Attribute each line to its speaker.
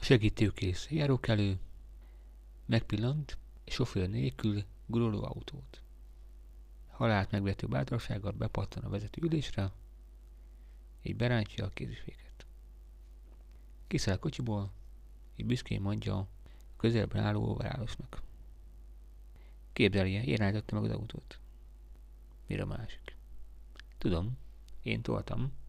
Speaker 1: Segítőkész járókelő, megpillant egy sofőr nélkül guruló autót. Halált megvető bátorsággal bepattan a vezető ülésre, így berántja a kéziféket. Kiszáll a kocsiból, így büszkén mondja a közelben álló overálosnak. Képzelje, én állítottam meg az autót. Mire a másik? Tudom, én toltam.